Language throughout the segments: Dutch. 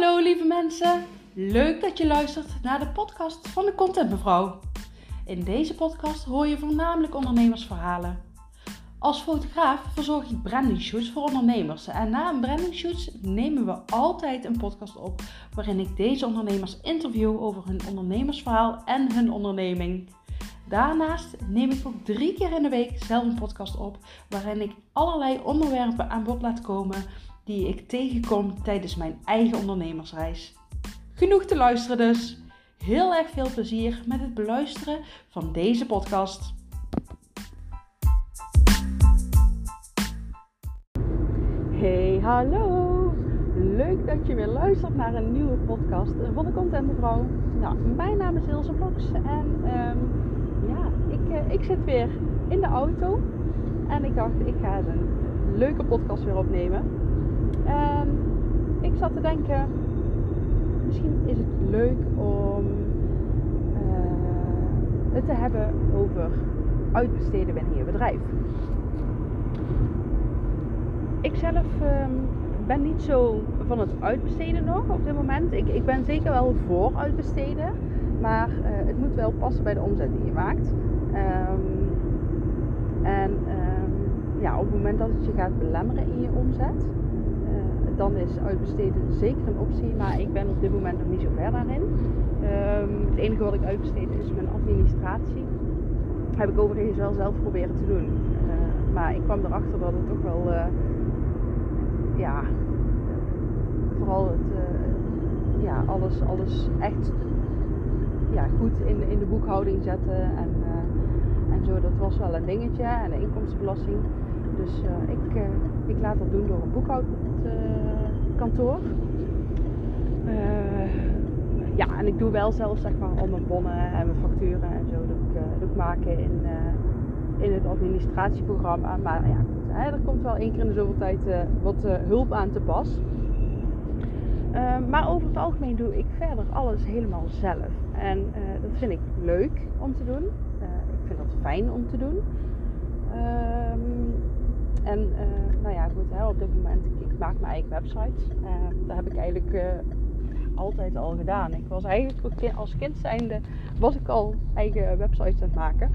Hallo lieve mensen, leuk dat je luistert naar de podcast van de Content Mevrouw. In deze podcast hoor je voornamelijk ondernemersverhalen. Als fotograaf verzorg ik brandingshoots voor ondernemers en na een brandingshoot nemen we altijd een podcast op waarin ik deze ondernemers interview over hun ondernemersverhaal en hun onderneming. Daarnaast neem ik ook 3 keer in de week zelf een podcast op waarin ik allerlei onderwerpen aan bod laat komen die ik tegenkom tijdens mijn eigen ondernemersreis. Genoeg te luisteren dus. Heel erg veel plezier met het beluisteren van deze podcast. Hey, hallo! Leuk dat je weer luistert naar een nieuwe podcast van de Content Mevrouw. Nou, mijn naam is Ilse Bloks en ik zit weer in de auto en ik dacht ik ga eens een leuke podcast weer opnemen. Ik zat te denken, misschien is het leuk om het te hebben over uitbesteden binnen je bedrijf. Ik zelf ben niet zo van het uitbesteden nog op dit moment. Ik ben zeker wel voor uitbesteden, maar het moet wel passen bij de omzet die je maakt. Op het moment dat het je gaat belemmeren in je omzet, dan is uitbesteden zeker een optie, maar ik ben op dit moment nog niet zo ver daarin. Het enige wat ik uitbesteed is mijn administratie. Heb ik overigens wel zelf proberen te doen. Maar ik kwam erachter dat het toch wel, vooral alles echt goed in de boekhouding zetten en zo. Dat was wel een dingetje en de inkomstenbelasting. Dus ik laat dat doen door een boekhoudkantoor. En ik doe wel zelf zeg maar al mijn bonnen en mijn facturen en zo. Dat ik maken in het administratieprogramma. Maar ja, goed, er komt wel 1 keer in de zoveel tijd wat hulp aan te pas. Maar over het algemeen doe ik verder alles helemaal zelf. En dat vind ik leuk om te doen. Ik vind dat fijn om te doen. Op dit moment, ik maak mijn eigen websites. Dat heb ik eigenlijk altijd al gedaan. Ik was eigenlijk als kind zijnde, was ik al eigen websites aan het maken.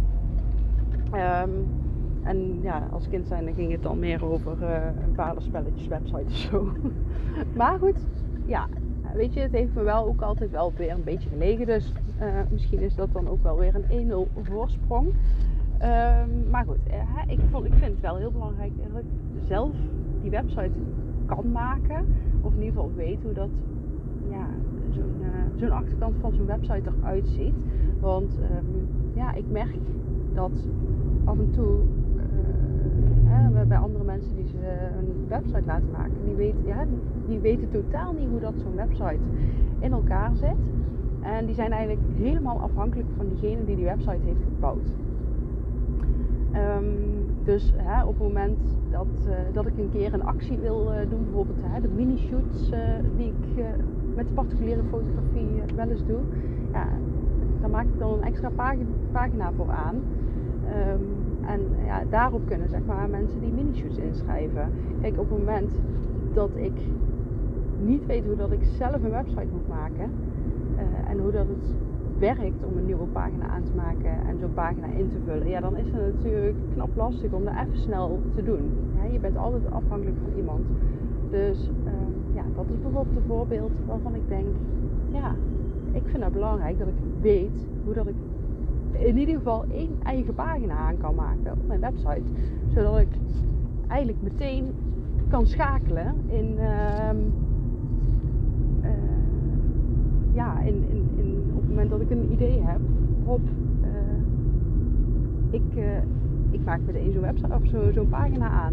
Als kind zijnde ging het dan meer over een paardenspelletjes websites of zo. Maar goed, weet je, het heeft me wel ook altijd wel weer een beetje gelegen. Dus misschien is dat dan ook wel weer een 1-0 voorsprong. Maar goed, ik vind het wel heel belangrijk dat ik zelf die website kan maken. Of in ieder geval weet hoe dat zo'n achterkant van zo'n website eruit ziet. Want ik merk dat af en toe bij andere mensen die ze een website laten maken, die weten totaal niet hoe dat zo'n website in elkaar zit. En die zijn eigenlijk helemaal afhankelijk van diegene die website heeft gebouwd. Dus op het moment dat ik een keer een actie wil doen, bijvoorbeeld de mini-shoots die ik met de particuliere fotografie wel eens doe, daar maak ik dan een extra pagina voor aan. Daarop kunnen zeg maar mensen die mini-shoots inschrijven. Kijk, op het moment dat ik niet weet hoe dat ik zelf een website moet maken en hoe dat het werkt om een nieuwe pagina aan te maken en zo'n pagina in te vullen, dan is het natuurlijk knap lastig om dat even snel te doen. Je bent altijd afhankelijk van iemand. Dus dat is bijvoorbeeld een voorbeeld waarvan ik denk, ik vind het belangrijk dat ik weet hoe dat ik in ieder geval 1 eigen pagina aan kan maken op mijn website. Zodat ik eigenlijk meteen kan schakelen in op het moment dat ik een idee heb op ik maak meteen zo'n website of zo'n pagina aan.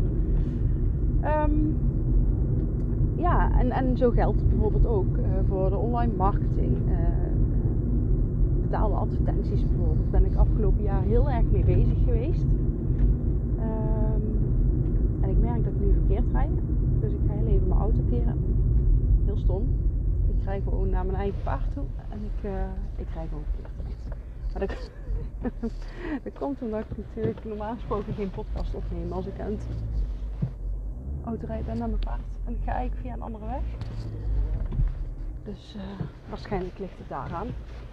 En zo geldt bijvoorbeeld ook voor de online marketing. Betaalde advertenties bijvoorbeeld ben ik afgelopen jaar heel erg mee bezig geweest. En ik merk dat ik nu verkeerd rijd. Dus ik ga heel even mijn auto keren. Heel stom. Ik rij gewoon naar mijn eigen paard toe. En ik rij gewoon verkeerd. Maar dat komt omdat ik natuurlijk normaal gesproken geen podcast opneem als ik aan het autorijden ben naar mijn paard. En ik ga eigenlijk via een andere weg. Dus waarschijnlijk ligt het daaraan.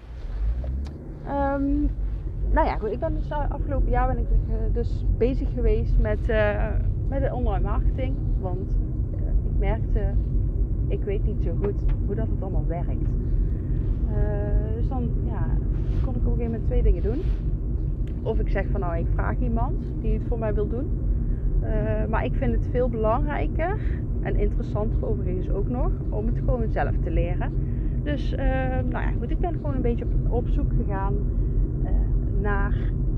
Nou ja, goed. Ik ben dus afgelopen jaar dus bezig geweest met de online marketing. Want ik merkte, ik weet niet zo goed hoe dat het allemaal werkt. Dus dan kon ik op een gegeven moment 2 dingen doen. Of ik zeg van nou, ik vraag iemand die het voor mij wil doen. Maar ik vind het veel belangrijker en interessanter overigens ook nog om het gewoon zelf te leren. Dus goed, ik ben gewoon een beetje op zoek gegaan naar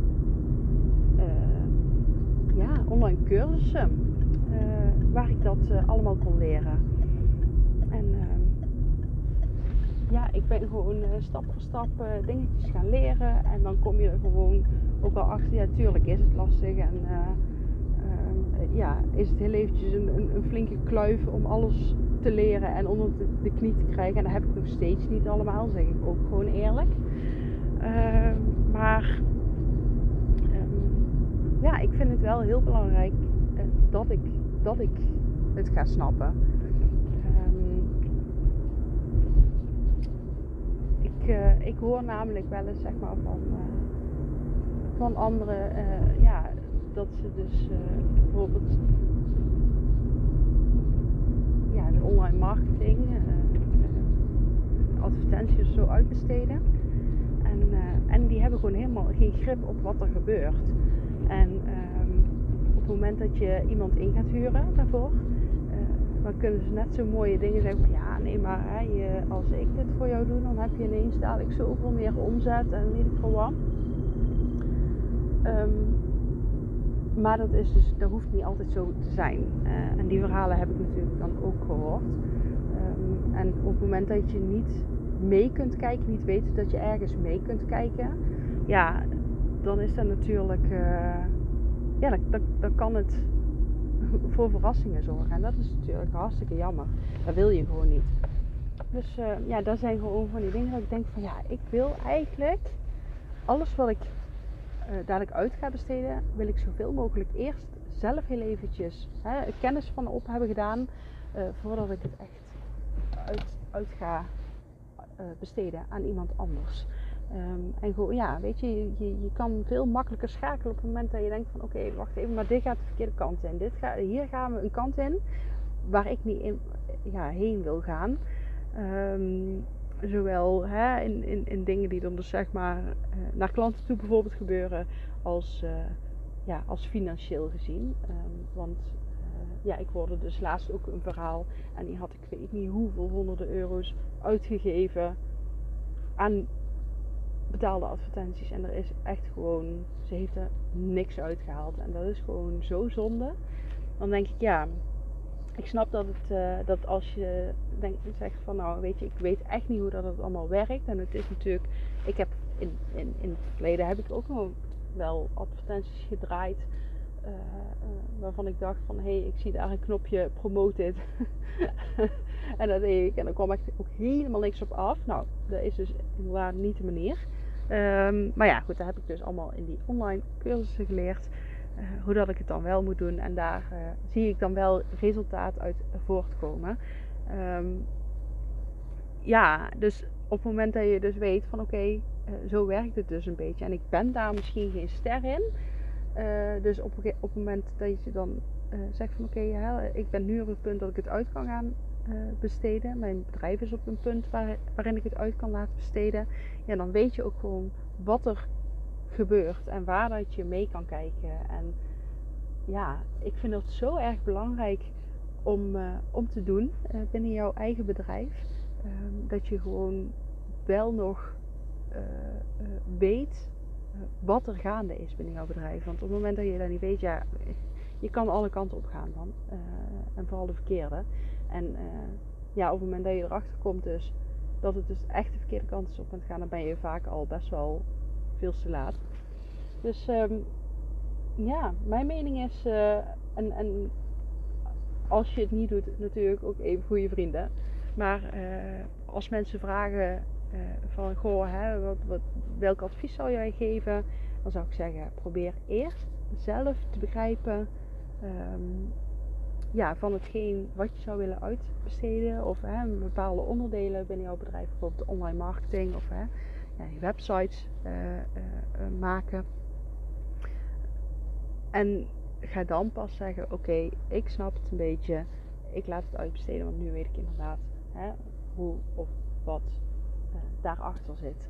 online cursussen waar ik dat allemaal kon leren. En ik ben gewoon stap voor stap dingetjes gaan leren en dan kom je er gewoon ook wel achter. Ja, tuurlijk is het lastig en is het heel eventjes een flinke kluif om alles te leren en onder de knie te krijgen. En dat heb ik nog steeds niet allemaal, zeg ik ook gewoon eerlijk. Maar ik vind het wel heel belangrijk dat ik het ga snappen. Ik hoor namelijk wel eens zeg maar van anderen dat ze dus bijvoorbeeld de online marketing, advertenties zo uitbesteden. En die hebben gewoon helemaal geen grip op wat er gebeurt. En op het moment dat je iemand in gaat huren daarvoor, dan kunnen ze net zo mooie dingen zeggen van ja, nee, maar als ik dit voor jou doe, dan heb je ineens dadelijk zoveel meer omzet en weet ik veel wat. Maar dat hoeft niet altijd zo te zijn. En die verhalen heb ik natuurlijk dan ook gehoord. En op het moment dat je niet mee kunt kijken, niet weet dat je ergens mee kunt kijken, ja, dan is dat natuurlijk, dan kan het voor verrassingen zorgen. En dat is natuurlijk hartstikke jammer. Dat wil je gewoon niet. Dus dat zijn gewoon van die dingen dat ik denk van ja, ik wil eigenlijk alles wat ik dadelijk uit ga besteden, wil ik zoveel mogelijk eerst zelf heel eventjes kennis van op hebben gedaan, voordat ik het echt uit ga besteden aan iemand anders. En gewoon, weet je kan veel makkelijker schakelen op het moment dat je denkt van oké, wacht even, maar dit gaat de verkeerde kant in. Hier gaan we een kant in waar ik niet heen wil gaan. Zowel in dingen die dan dus zeg maar naar klanten toe bijvoorbeeld gebeuren als financieel gezien. Want ik hoorde dus laatst ook een verhaal en die had ik weet niet hoeveel honderden euro's uitgegeven aan betaalde advertenties. En er is echt gewoon, ze heeft er niks uitgehaald. En dat is gewoon zo zonde. Dan denk ik ik snap dat als je zegt van nou weet je, ik weet echt niet hoe dat het allemaal werkt. En het is natuurlijk, ik heb in het verleden heb ik ook nog wel advertenties gedraaid waarvan ik dacht van hé, ik zie daar een knopje promoted. En dat deed ik en dan kwam echt ook helemaal niks op af. Nou, dat is dus inderdaad niet de manier. Maar ja, goed, dat heb ik dus allemaal in die online cursussen geleerd. Hoe dat ik het dan wel moet doen. En daar zie ik dan wel resultaat uit voortkomen. Dus op het moment dat je dus weet van oké, zo werkt het dus een beetje. En ik ben daar misschien geen ster in. Dus op het moment dat je dan zegt van oké, ik ben nu op het punt dat ik het uit kan gaan besteden. Mijn bedrijf is op een punt waarin ik het uit kan laten besteden. Ja, dan weet je ook gewoon wat er gebeurt en waar dat je mee kan kijken. En ja, ik vind het zo erg belangrijk om te doen binnen jouw eigen bedrijf. Dat je gewoon wel nog weet wat er gaande is binnen jouw bedrijf. Want op het moment dat je dat niet weet, je kan alle kanten op gaan dan. En vooral de verkeerde. En op het moment dat je erachter komt dus dat het dus echt de verkeerde kant is op aan het gaan, dan ben je vaak al best wel veel te laat. Dus mijn mening is, en als je het niet doet, natuurlijk ook even goede vrienden. Maar als mensen vragen van goh, welk advies zou jij geven? Dan zou ik zeggen, probeer eerst zelf te begrijpen van hetgeen wat je zou willen uitbesteden. Of bepaalde onderdelen binnen jouw bedrijf. Bijvoorbeeld online marketing of je websites maken. En ga dan pas zeggen, oké, ik snap het een beetje. Ik laat het uitbesteden, want nu weet ik inderdaad hoe of wat daarachter zit.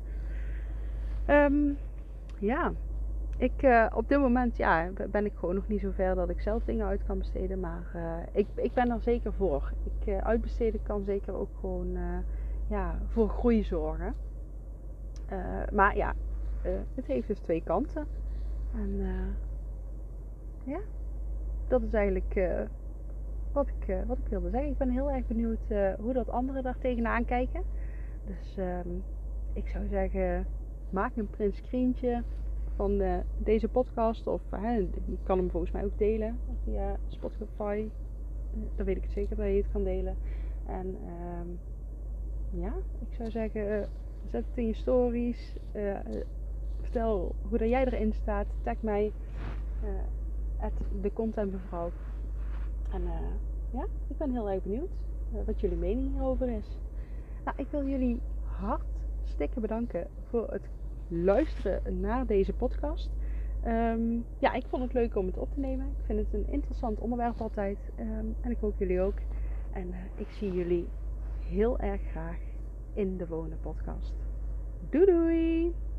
Op dit moment ben ik gewoon nog niet zo ver dat ik zelf dingen uit kan besteden. Maar ik ben er zeker voor. Uitbesteden kan zeker ook gewoon voor groei zorgen. Het heeft dus twee kanten. En dat is eigenlijk wat ik wilde zeggen. Ik ben heel erg benieuwd hoe dat anderen daar tegenaan kijken. Dus ik zou zeggen, maak een print screentje van deze podcast. Of je kan hem volgens mij ook delen via Spotify. Dan weet ik het zeker dat je het kan delen. En ik zou zeggen, zet het in je stories. Vertel hoe dat jij erin staat. Tag mij. De contentmevrouw. En ik ben heel erg benieuwd wat jullie mening hierover is. Nou, ik wil jullie hartstikke bedanken voor het luisteren naar deze podcast. Ik vond het leuk om het op te nemen. Ik vind het een interessant onderwerp altijd. En ik hoop jullie ook. En ik zie jullie heel erg graag in de volgende podcast. Doei doei!